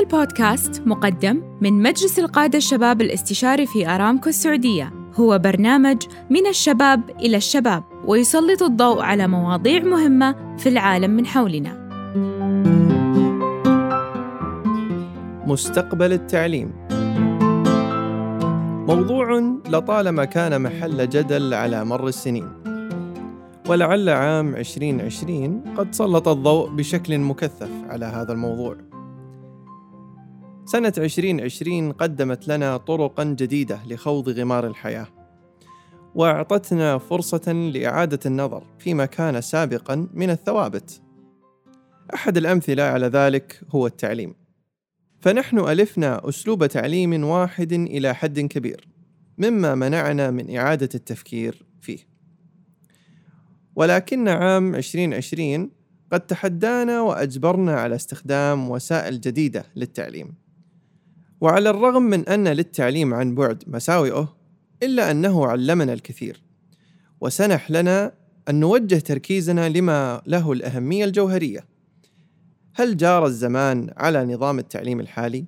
البودكاست مقدم من مجلس القادة الشباب الاستشاري في أرامكو السعودية. هو برنامج من الشباب إلى الشباب، ويسلط الضوء على مواضيع مهمة في العالم من حولنا. مستقبل التعليم موضوع لطالما كان محل جدل على مر السنين، ولعل عام 2020 قد سلط الضوء بشكل مكثف على هذا الموضوع. سنة 2020 قدمت لنا طرقاً جديدة لخوض غمار الحياة، وأعطتنا فرصة لإعادة النظر فيما كان سابقاً من الثوابت. أحد الأمثلة على ذلك هو التعليم، فنحن ألفنا أسلوب تعليم واحد إلى حد كبير، مما منعنا من إعادة التفكير فيه. ولكن عام 2020 قد تحدانا وأجبرنا على استخدام وسائل جديدة للتعليم. وعلى الرغم من أن للتعليم عن بعد مساوئه، إلا أنه علمنا الكثير، وسنح لنا أن نوجه تركيزنا لما له الأهمية الجوهرية. هل جار الزمان على نظام التعليم الحالي؟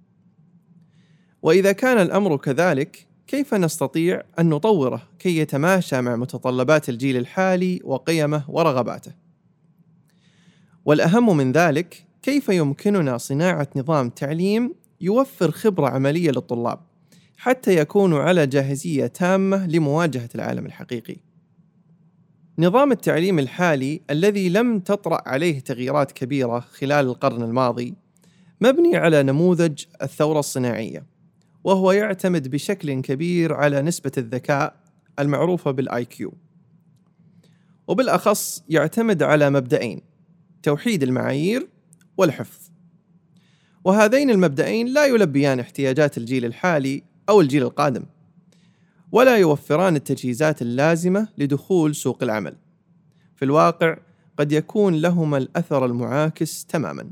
وإذا كان الأمر كذلك، كيف نستطيع أن نطوره كي يتماشى مع متطلبات الجيل الحالي وقيمه ورغباته؟ والأهم من ذلك، كيف يمكننا صناعة نظام تعليم يوفر خبرة عملية للطلاب حتى يكونوا على جاهزية تامة لمواجهة العالم الحقيقي؟ نظام التعليم الحالي الذي لم تطرأ عليه تغييرات كبيرة خلال القرن الماضي مبني على نموذج الثورة الصناعية، وهو يعتمد بشكل كبير على نسبة الذكاء المعروفة بالIQ، وبالأخص يعتمد على مبدأين: توحيد المعايير والحفظ. وهذين المبدأين لا يلبيان احتياجات الجيل الحالي أو الجيل القادم، ولا يوفران التجهيزات اللازمة لدخول سوق العمل. في الواقع قد يكون لهما الأثر المعاكس تماماً.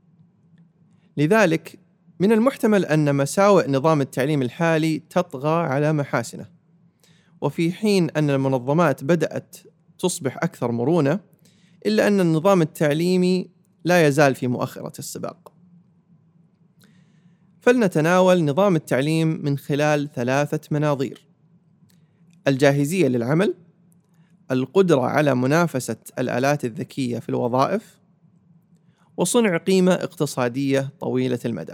لذلك من المحتمل أن مساوئ نظام التعليم الحالي تطغى على محاسنه، وفي حين أن المنظمات بدأت تصبح أكثر مرونة، إلا أن النظام التعليمي لا يزال في مؤخرة السباق. فلنتناول نظام التعليم من خلال 3 مناظير: الجاهزية للعمل، القدرة على منافسة الآلات الذكية في الوظائف، وصنع قيمة اقتصادية طويلة المدى.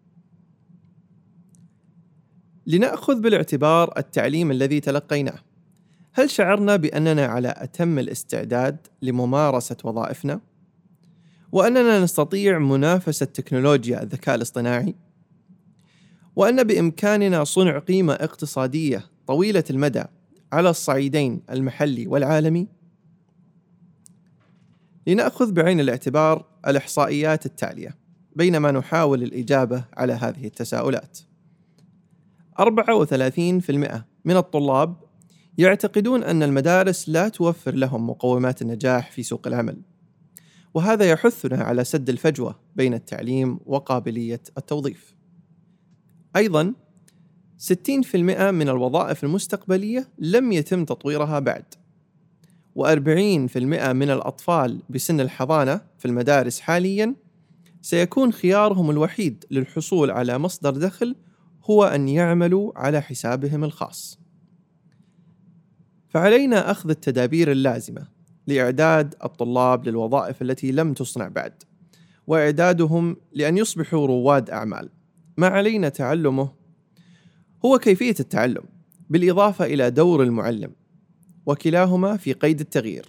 لنأخذ بالاعتبار التعليم الذي تلقيناه. هل شعرنا بأننا على أتم الاستعداد لممارسة وظائفنا؟ وأننا نستطيع منافسة تكنولوجيا الذكاء الاصطناعي؟ وأن بإمكاننا صنع قيمة اقتصادية طويلة المدى على الصعيدين المحلي والعالمي؟ لنأخذ بعين الاعتبار الإحصائيات التالية بينما نحاول الإجابة على هذه التساؤلات. 34% من الطلاب يعتقدون أن المدارس لا توفر لهم مقومات النجاح في سوق العمل، وهذا يحثنا على سد الفجوة بين التعليم وقابلية التوظيف. أيضاً 60% من الوظائف المستقبلية لم يتم تطويرها بعد، و40% من الأطفال بسن الحضانة في المدارس حالياً سيكون خيارهم الوحيد للحصول على مصدر دخل هو أن يعملوا على حسابهم الخاص. فعلينا أخذ التدابير اللازمة لإعداد الطلاب للوظائف التي لم تصنع بعد، وإعدادهم لأن يصبحوا رواد أعمال. ما علينا تعلمه هو كيفية التعلم، بالإضافة إلى دور المعلم، وكلاهما في قيد التغيير.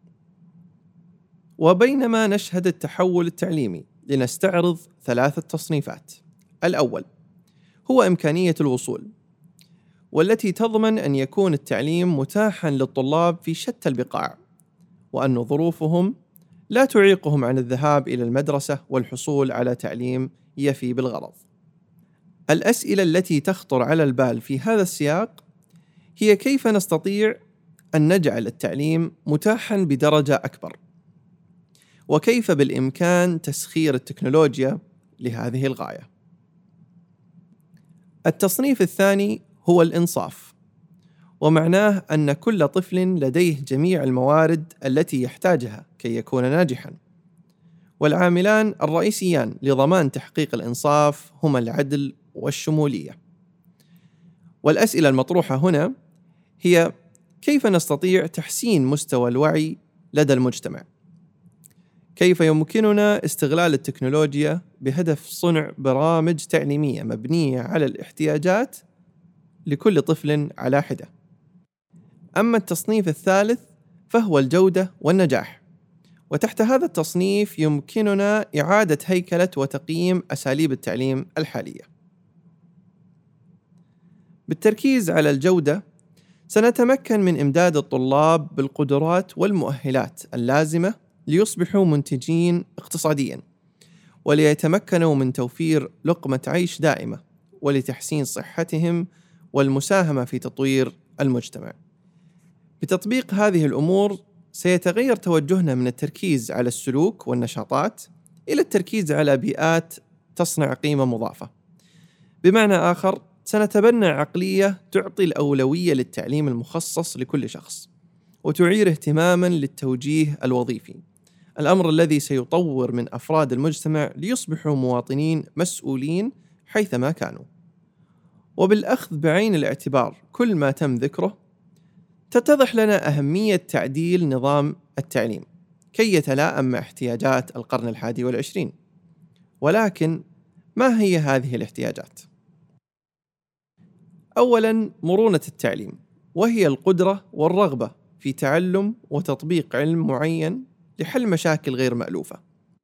وبينما نشهد التحول التعليمي، لنستعرض 3 تصنيفات. الأول هو إمكانية الوصول، والتي تضمن أن يكون التعليم متاحاً للطلاب في شتى البقاع، وأن ظروفهم لا تعيقهم عن الذهاب إلى المدرسة والحصول على تعليم يفي بالغرض. الأسئلة التي تخطر على البال في هذا السياق هي: كيف نستطيع أن نجعل التعليم متاحاً بدرجة أكبر؟ وكيف بالإمكان تسخير التكنولوجيا لهذه الغاية؟ التصنيف الثاني هو الإنصاف، ومعناه أن كل طفل لديه جميع الموارد التي يحتاجها كي يكون ناجحاً، والعاملان الرئيسيان لضمان تحقيق الإنصاف هما العدل والشمولية. والأسئلة المطروحة هنا هي: كيف نستطيع تحسين مستوى الوعي لدى المجتمع؟ كيف يمكننا استغلال التكنولوجيا بهدف صنع برامج تعليمية مبنية على الاحتياجات لكل طفل على حدة؟ أما التصنيف الثالث فهو الجودة والنجاح، وتحت هذا التصنيف يمكننا إعادة هيكلة وتقييم أساليب التعليم الحالية. بالتركيز على الجودة سنتمكن من إمداد الطلاب بالقدرات والمؤهلات اللازمة ليصبحوا منتجين اقتصادياً، وليتمكنوا من توفير لقمة عيش دائمة، ولتحسين صحتهم والمساهمة في تطوير المجتمع. بتطبيق هذه الأمور سيتغير توجهنا من التركيز على السلوك والنشاطات إلى التركيز على بيئات تصنع قيمة مضافة. بمعنى آخر، سنتبنى عقلية تعطي الأولوية للتعليم المخصص لكل شخص، وتعير اهتماماً للتوجيه الوظيفي، الأمر الذي سيطور من أفراد المجتمع ليصبحوا مواطنين مسؤولين حيثما كانوا. وبالأخذ بعين الاعتبار كل ما تم ذكره، تتضح لنا أهمية تعديل نظام التعليم كي يتلائم مع احتياجات القرن 21. ولكن ما هي هذه الاحتياجات؟ أولاً، مرونة التعليم، وهي القدرة والرغبة في تعلم وتطبيق علم معين لحل مشاكل غير مألوفة.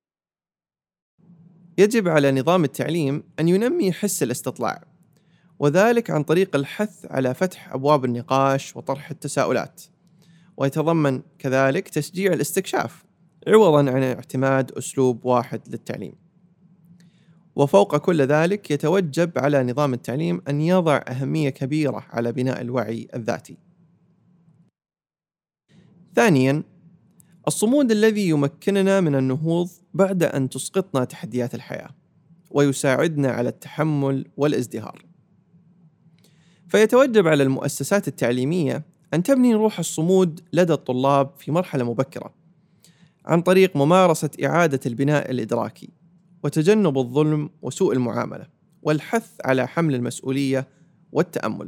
يجب على نظام التعليم أن ينمي حس الاستطلاع، وذلك عن طريق الحث على فتح أبواب النقاش وطرح التساؤلات، ويتضمن كذلك تشجيع الاستكشاف عوضاً عن اعتماد أسلوب واحد للتعليم. وفوق كل ذلك يتوجب على نظام التعليم أن يضع أهمية كبيرة على بناء الوعي الذاتي. ثانياً، الصمود الذي يمكننا من النهوض بعد أن تسقطنا تحديات الحياة، ويساعدنا على التحمل والازدهار. فيتوجب على المؤسسات التعليمية أن تبني روح الصمود لدى الطلاب في مرحلة مبكرة، عن طريق ممارسة إعادة البناء الإدراكي، وتجنب الظلم وسوء المعاملة، والحث على حمل المسؤولية والتأمل.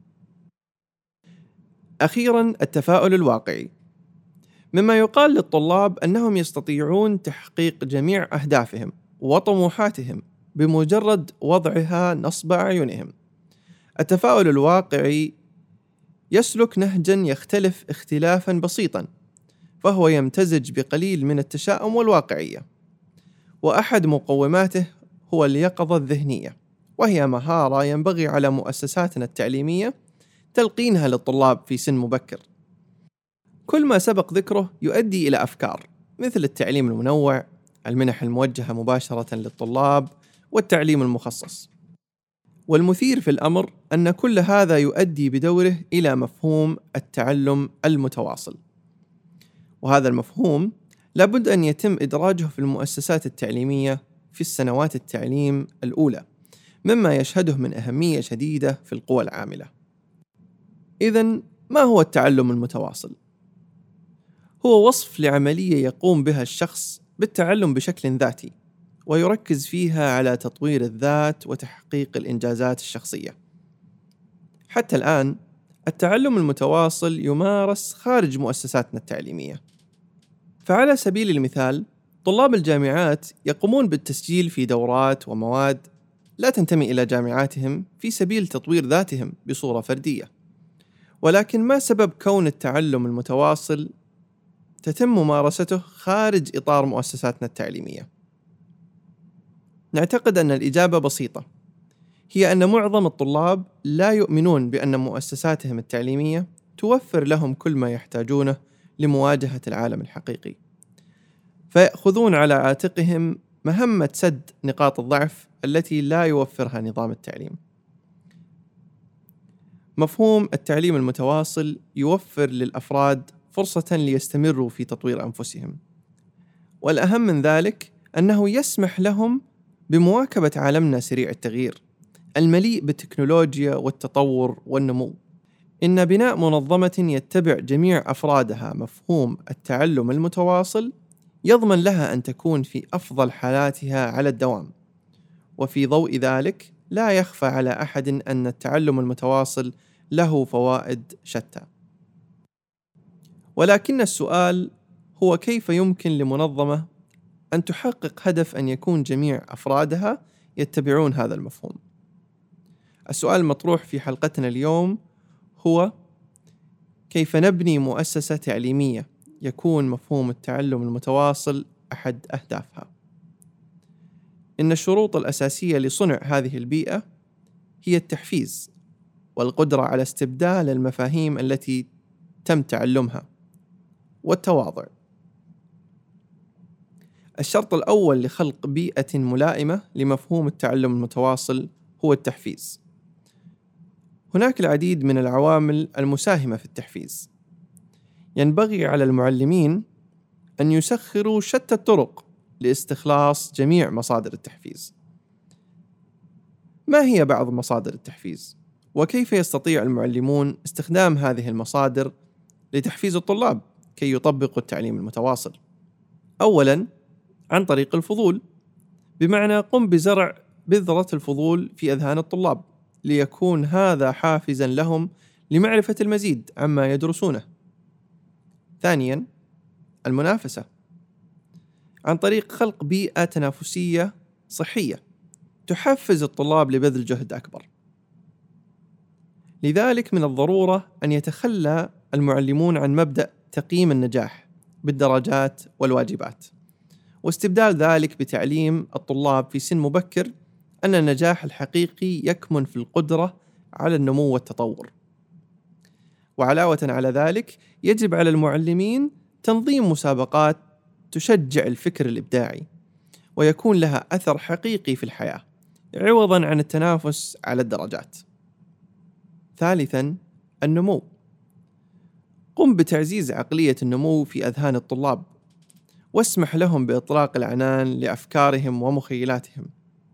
أخيراً، التفاؤل الواقعي، مما يقال للطلاب أنهم يستطيعون تحقيق جميع أهدافهم وطموحاتهم بمجرد وضعها نصب أعينهم. التفاؤل الواقعي يسلك نهجاً يختلف اختلافاً بسيطاً، فهو يمتزج بقليل من التشاؤم والواقعية، وأحد مقوماته هو اليقظة الذهنية، وهي مهارة ينبغي على مؤسساتنا التعليمية تلقينها للطلاب في سن مبكر. كل ما سبق ذكره يؤدي إلى أفكار مثل التعليم المنوع، المنح الموجهة مباشرة للطلاب، والتعليم المخصص. والمثير في الأمر أن كل هذا يؤدي بدوره إلى مفهوم التعلم المتواصل، وهذا المفهوم لابد أن يتم إدراجه في المؤسسات التعليمية في السنوات التعليم الأولى، مما يشهده من أهمية شديدة في القوى العاملة. إذن، ما هو التعلم المتواصل؟ هو وصف لعملية يقوم بها الشخص بالتعلم بشكل ذاتي، ويركز فيها على تطوير الذات وتحقيق الإنجازات الشخصية. حتى الآن، التعلم المتواصل يمارس خارج مؤسساتنا التعليمية. فعلى سبيل المثال، طلاب الجامعات يقومون بالتسجيل في دورات ومواد لا تنتمي إلى جامعاتهم في سبيل تطوير ذاتهم بصورة فردية. ولكن ما سبب كون التعلم المتواصل تتم ممارسته خارج إطار مؤسساتنا التعليمية؟ نعتقد أن الإجابة بسيطة، هي أن معظم الطلاب لا يؤمنون بأن مؤسساتهم التعليمية توفر لهم كل ما يحتاجونه لمواجهة العالم الحقيقي، فيأخذون على عاتقهم مهمة سد نقاط الضعف التي لا يوفرها نظام التعليم. مفهوم التعليم المتواصل يوفر للأفراد فرصة ليستمروا في تطوير أنفسهم، والأهم من ذلك أنه يسمح لهم بمواكبة عالمنا سريع التغيير المليء بالتكنولوجيا والتطور والنمو. إن بناء منظمة يتبع جميع أفرادها مفهوم التعلم المتواصل يضمن لها أن تكون في أفضل حالاتها على الدوام. وفي ضوء ذلك لا يخفى على أحد أن التعلم المتواصل له فوائد شتى. ولكن السؤال هو كيف يمكن لمنظمة أن تحقق هدف أن يكون جميع أفرادها يتبعون هذا المفهوم؟ السؤال المطروح في حلقتنا اليوم هو كيف نبني مؤسسة تعليمية يكون مفهوم التعلم المتواصل أحد أهدافها؟ إن الشروط الأساسية لصنع هذه البيئة هي التحفيز والقدرة على استبدال المفاهيم التي تم تعلمها والتواضع. الشرط الأول لخلق بيئة ملائمة لمفهوم التعلم المتواصل هو التحفيز. هناك العديد من العوامل المساهمة في التحفيز. ينبغي على المعلمين أن يسخروا شتى الطرق لاستخلاص جميع مصادر التحفيز. ما هي بعض مصادر التحفيز؟ وكيف يستطيع المعلمون استخدام هذه المصادر لتحفيز الطلاب كي يطبقوا التعليم المتواصل؟ أولاً، عن طريق الفضول، بمعنى قم بزرع بذرة الفضول في أذهان الطلاب ليكون هذا حافزاً لهم لمعرفة المزيد عما يدرسونه. ثانياً، المنافسة، عن طريق خلق بيئة تنافسية صحية تحفز الطلاب لبذل جهد أكبر. لذلك من الضرورة أن يتخلى المعلمون عن مبدأ تقييم النجاح بالدرجات والواجبات، واستبدال ذلك بتعليم الطلاب في سن مبكر أن النجاح الحقيقي يكمن في القدرة على النمو والتطور. وعلاوة على ذلك يجب على المعلمين تنظيم مسابقات تشجع الفكر الإبداعي ويكون لها أثر حقيقي في الحياة، عوضاً عن التنافس على الدرجات. ثالثاً، النمو. قم بتعزيز عقلية النمو في أذهان الطلاب، واسمح لهم بإطلاق العنان لأفكارهم ومخيلاتهم.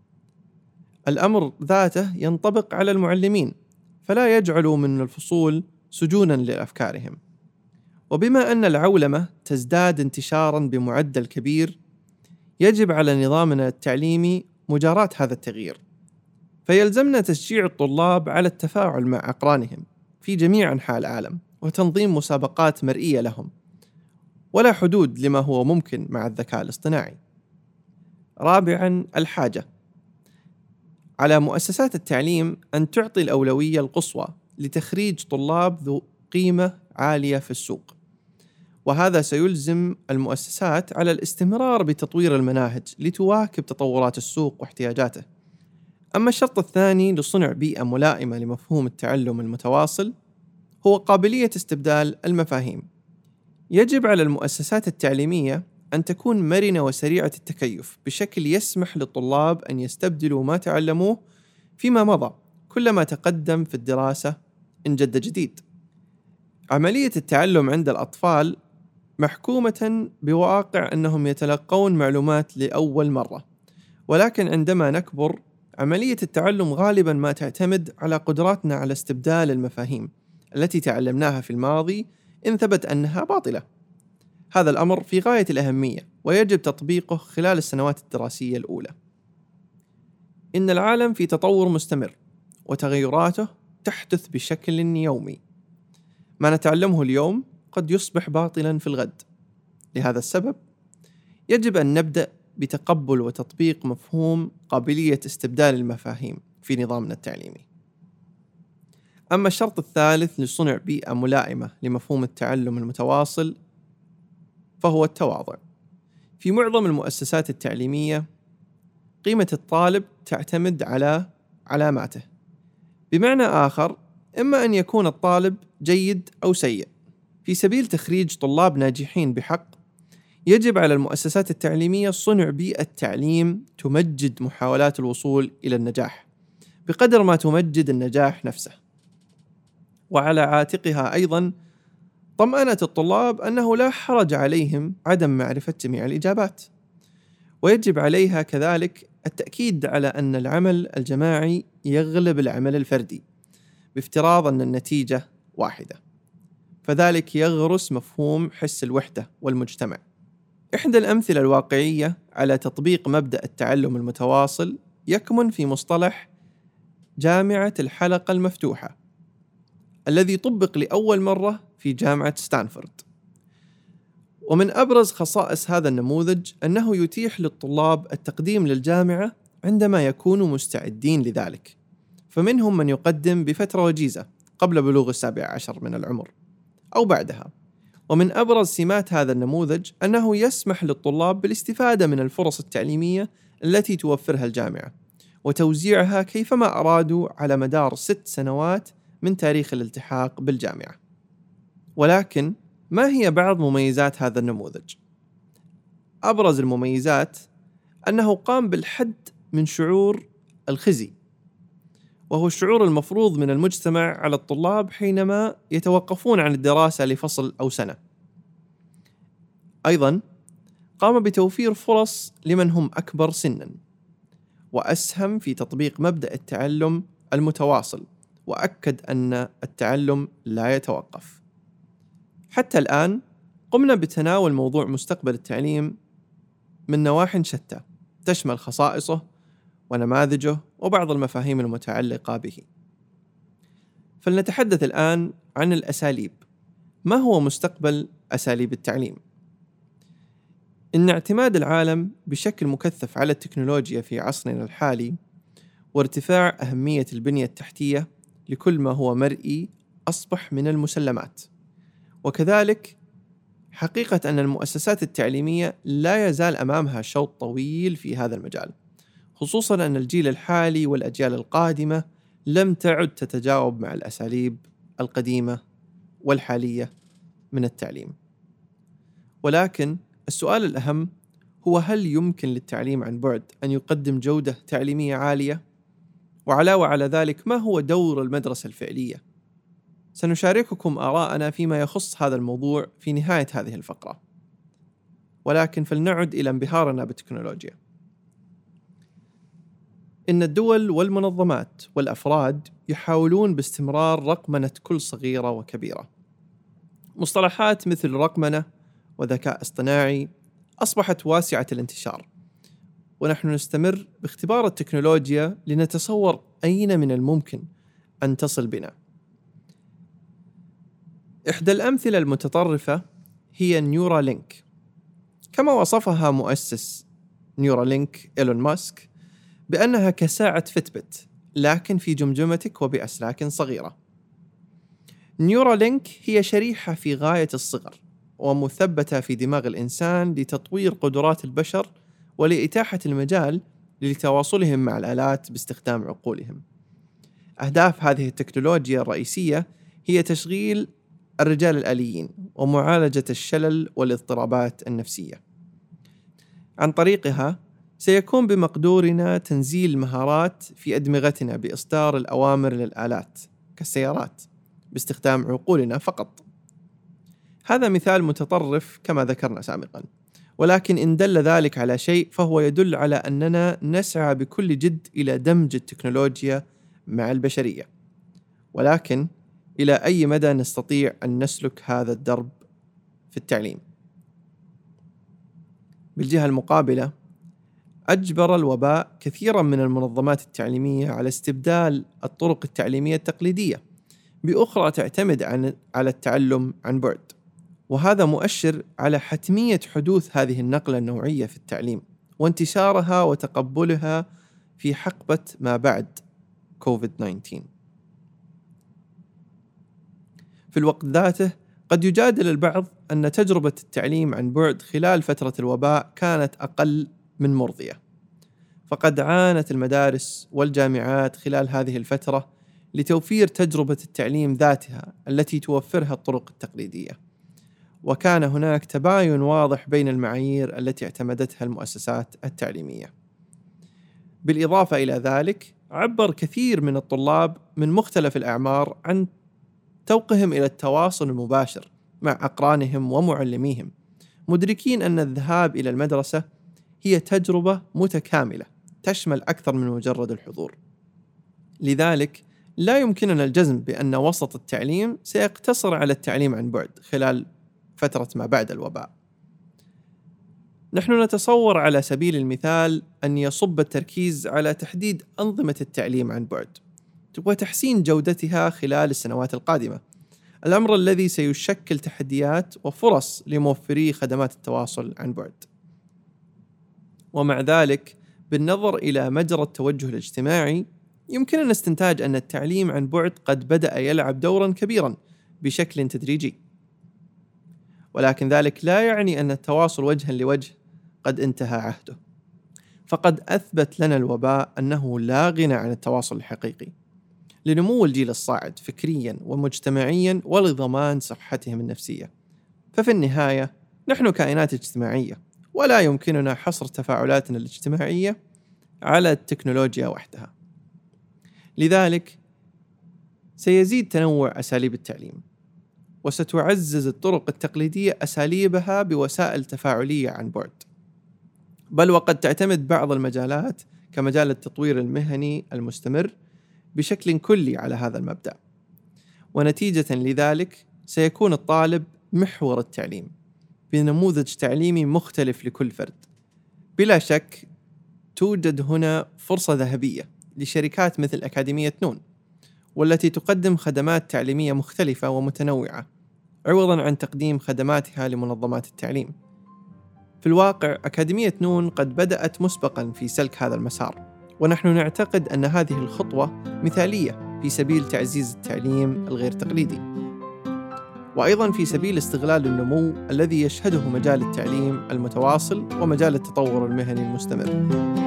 الأمر ذاته ينطبق على المعلمين، فلا يجعلوا من الفصول سجوناً لأفكارهم. وبما أن العولمة تزداد انتشاراً بمعدل كبير، يجب على نظامنا التعليمي مجاراة هذا التغيير، فيلزمنا تشجيع الطلاب على التفاعل مع أقرانهم في جميع أنحاء العالم، وتنظيم مسابقات مرئية لهم، ولا حدود لما هو ممكن مع الذكاء الاصطناعي. رابعاً، الحاجة. على مؤسسات التعليم أن تعطي الأولوية القصوى لتخريج طلاب ذو قيمة عالية في السوق، وهذا سيلزم المؤسسات على الاستمرار بتطوير المناهج لتواكب تطورات السوق واحتياجاته. أما الشرط الثاني لصنع بيئة ملائمة لمفهوم التعلم المتواصل هو قابلية استبدال المفاهيم. يجب على المؤسسات التعليمية أن تكون مرنة وسريعة التكيف بشكل يسمح للطلاب أن يستبدلوا ما تعلموه فيما مضى كلما تقدم في الدراسة إن جد جديد. عملية التعلم عند الأطفال محكومة بواقع أنهم يتلقون معلومات لأول مرة، ولكن عندما نكبر عملية التعلم غالباً ما تعتمد على قدراتنا على استبدال المفاهيم التي تعلمناها في الماضي إن ثبت أنها باطلة. هذا الأمر في غاية الأهمية ويجب تطبيقه خلال السنوات الدراسية الأولى. إن العالم في تطور مستمر وتغيراته تحدث بشكل يومي. ما نتعلمه اليوم قد يصبح باطلاً في الغد. لهذا السبب يجب أن نبدأ بتقبل وتطبيق مفهوم قابلية استبدال المفاهيم في نظامنا التعليمي. أما الشرط الثالث لصنع بيئة ملائمة لمفهوم التعلم المتواصل فهو التواضع. في معظم المؤسسات التعليمية قيمة الطالب تعتمد على علاماته. بمعنى آخر، إما أن يكون الطالب جيد أو سيء. في سبيل تخريج طلاب ناجحين بحق، يجب على المؤسسات التعليمية صنع بيئة تعليم تمجد محاولات الوصول إلى النجاح بقدر ما تمجد النجاح نفسه. وعلى عاتقها أيضاً طمأنة الطلاب أنه لا حرج عليهم عدم معرفة جميع الإجابات، ويجب عليها كذلك التأكيد على أن العمل الجماعي يغلب العمل الفردي بافتراض أن النتيجة واحدة، فذلك يغرس مفهوم حس الوحدة والمجتمع. إحدى الأمثلة الواقعية على تطبيق مبدأ التعلم المتواصل يكمن في مصطلح جامعة الحلقة المفتوحة، الذي طبق لأول مرة في جامعة ستانفورد. ومن أبرز خصائص هذا النموذج أنه يتيح للطلاب التقديم للجامعة عندما يكونوا مستعدين لذلك، فمنهم من يقدم بفترة وجيزة قبل بلوغ 17 من العمر أو بعدها. ومن أبرز سمات هذا النموذج أنه يسمح للطلاب بالاستفادة من الفرص التعليمية التي توفرها الجامعة وتوزيعها كيفما أرادوا على مدار 6 سنوات من تاريخ الالتحاق بالجامعة. ولكن ما هي بعض مميزات هذا النموذج؟ أبرز المميزات أنه قام بالحد من شعور الخزي، وهو الشعور المفروض من المجتمع على الطلاب حينما يتوقفون عن الدراسة لفصل أو سنة. أيضاً قام بتوفير فرص لمن هم أكبر سناً، وأسهم في تطبيق مبدأ التعلم المتواصل، وأكد أن التعلم لا يتوقف. حتى الآن قمنا بتناول موضوع مستقبل التعليم من نواحٍ شتى تشمل خصائصه ونماذجه وبعض المفاهيم المتعلقة به. فلنتحدث الآن عن الأساليب. ما هو مستقبل أساليب التعليم؟ إن اعتماد العالم بشكل مكثف على التكنولوجيا في عصرنا الحالي وارتفاع أهمية البنية التحتية لكل ما هو مرئي أصبح من المسلمات. وكذلك حقيقة أن المؤسسات التعليمية لا يزال أمامها شوط طويل في هذا المجال، خصوصاً أن الجيل الحالي والأجيال القادمة لم تعد تتجاوب مع الأساليب القديمة والحالية من التعليم. ولكن السؤال الأهم هو: هل يمكن للتعليم عن بعد أن يقدم جودة تعليمية عالية؟ وعلاوة على ذلك، ما هو دور المدرسة الفعلية؟ سنشارككم آراءنا فيما يخص هذا الموضوع في نهاية هذه الفقرة. ولكن فلنعد إلى انبهارنا بالتكنولوجيا. إن الدول والمنظمات والأفراد يحاولون باستمرار رقمنة كل صغيرة وكبيرة. مصطلحات مثل رقمنة وذكاء اصطناعي أصبحت واسعة الانتشار، ونحن نستمر باختبار التكنولوجيا لنتصور أين من الممكن أن تصل بنا. إحدى الأمثلة المتطرفة هي نيورالينك، كما وصفها مؤسس نيورالينك إيلون ماسك بأنها كساعة فيتبت لكن في جمجمتك وبأسلاك صغيرة. نيورالينك هي شريحة في غاية الصغر ومثبتة في دماغ الإنسان لتطوير قدرات البشر ولإتاحة المجال لتواصلهم مع الآلات باستخدام عقولهم. أهداف هذه التكنولوجيا الرئيسية هي تشغيل الرجال الآليين ومعالجة الشلل والاضطرابات النفسية. عن طريقها سيكون بمقدورنا تنزيل المهارات في أدمغتنا بإصدار الأوامر للآلات كالسيارات باستخدام عقولنا فقط. هذا مثال متطرف كما ذكرنا سابقا، ولكن إن دل ذلك على شيء فهو يدل على أننا نسعى بكل جد إلى دمج التكنولوجيا مع البشرية. ولكن إلى أي مدى نستطيع أن نسلك هذا الدرب في التعليم؟ بالجهة المقابلة، أجبر الوباء كثيرا من المنظمات التعليمية على استبدال الطرق التعليمية التقليدية بأخرى تعتمد على التعلم عن بعد، وهذا مؤشر على حتمية حدوث هذه النقلة النوعية في التعليم وانتشارها وتقبلها في حقبة ما بعد كوفيد-19. في الوقت ذاته قد يجادل البعض أن تجربة التعليم عن بعد خلال فترة الوباء كانت أقل من مرضية، فقد عانت المدارس والجامعات خلال هذه الفترة لتوفير تجربة التعليم ذاتها التي توفرها الطرق التقليدية، وكان هناك تباين واضح بين المعايير التي اعتمدتها المؤسسات التعليمية. بالإضافة إلى ذلك، عبر كثير من الطلاب من مختلف الأعمار عن توقهم إلى التواصل المباشر مع أقرانهم ومعلميهم، مدركين أن الذهاب إلى المدرسة هي تجربة متكاملة تشمل أكثر من مجرد الحضور. لذلك لا يمكننا الجزم بأن وسط التعليم سيقتصر على التعليم عن بعد خلال فترة ما بعد الوباء. نحن نتصور على سبيل المثال أن يصب التركيز على تحديد أنظمة التعليم عن بعد وتحسين جودتها خلال السنوات القادمة، الأمر الذي سيشكل تحديات وفرص لموفري خدمات التواصل عن بعد. ومع ذلك، بالنظر إلى مجرى التوجه الاجتماعي، يمكننا استنتاج أن التعليم عن بعد قد بدأ يلعب دورا كبيرا بشكل تدريجي، ولكن ذلك لا يعني أن التواصل وجها لوجه قد انتهى عهده، فقد أثبت لنا الوباء أنه لا غنى عن التواصل الحقيقي لنمو الجيل الصاعد فكريا ومجتمعيا ولضمان صحتهم النفسية. ففي النهاية نحن كائنات اجتماعية، ولا يمكننا حصر تفاعلاتنا الاجتماعية على التكنولوجيا وحدها. لذلك سيزيد تنوع أساليب التعليم، وستعزز الطرق التقليدية أساليبها بوسائل تفاعلية عن بعد، بل وقد تعتمد بعض المجالات كمجال التطوير المهني المستمر بشكل كلي على هذا المبدأ. ونتيجة لذلك سيكون الطالب محور التعليم بنموذج تعليمي مختلف لكل فرد. بلا شك توجد هنا فرصة ذهبية لشركات مثل أكاديمية نون، والتي تقدم خدمات تعليمية مختلفة ومتنوعة عوضاً عن تقديم خدماتها لمنظمات التعليم. في الواقع أكاديمية نون قد بدأت مسبقاً في سلك هذا المسار، ونحن نعتقد أن هذه الخطوة مثالية في سبيل تعزيز التعليم الغير تقليدي، وأيضاً في سبيل استغلال النمو الذي يشهده مجال التعليم المتواصل ومجال التطور المهني المستمر.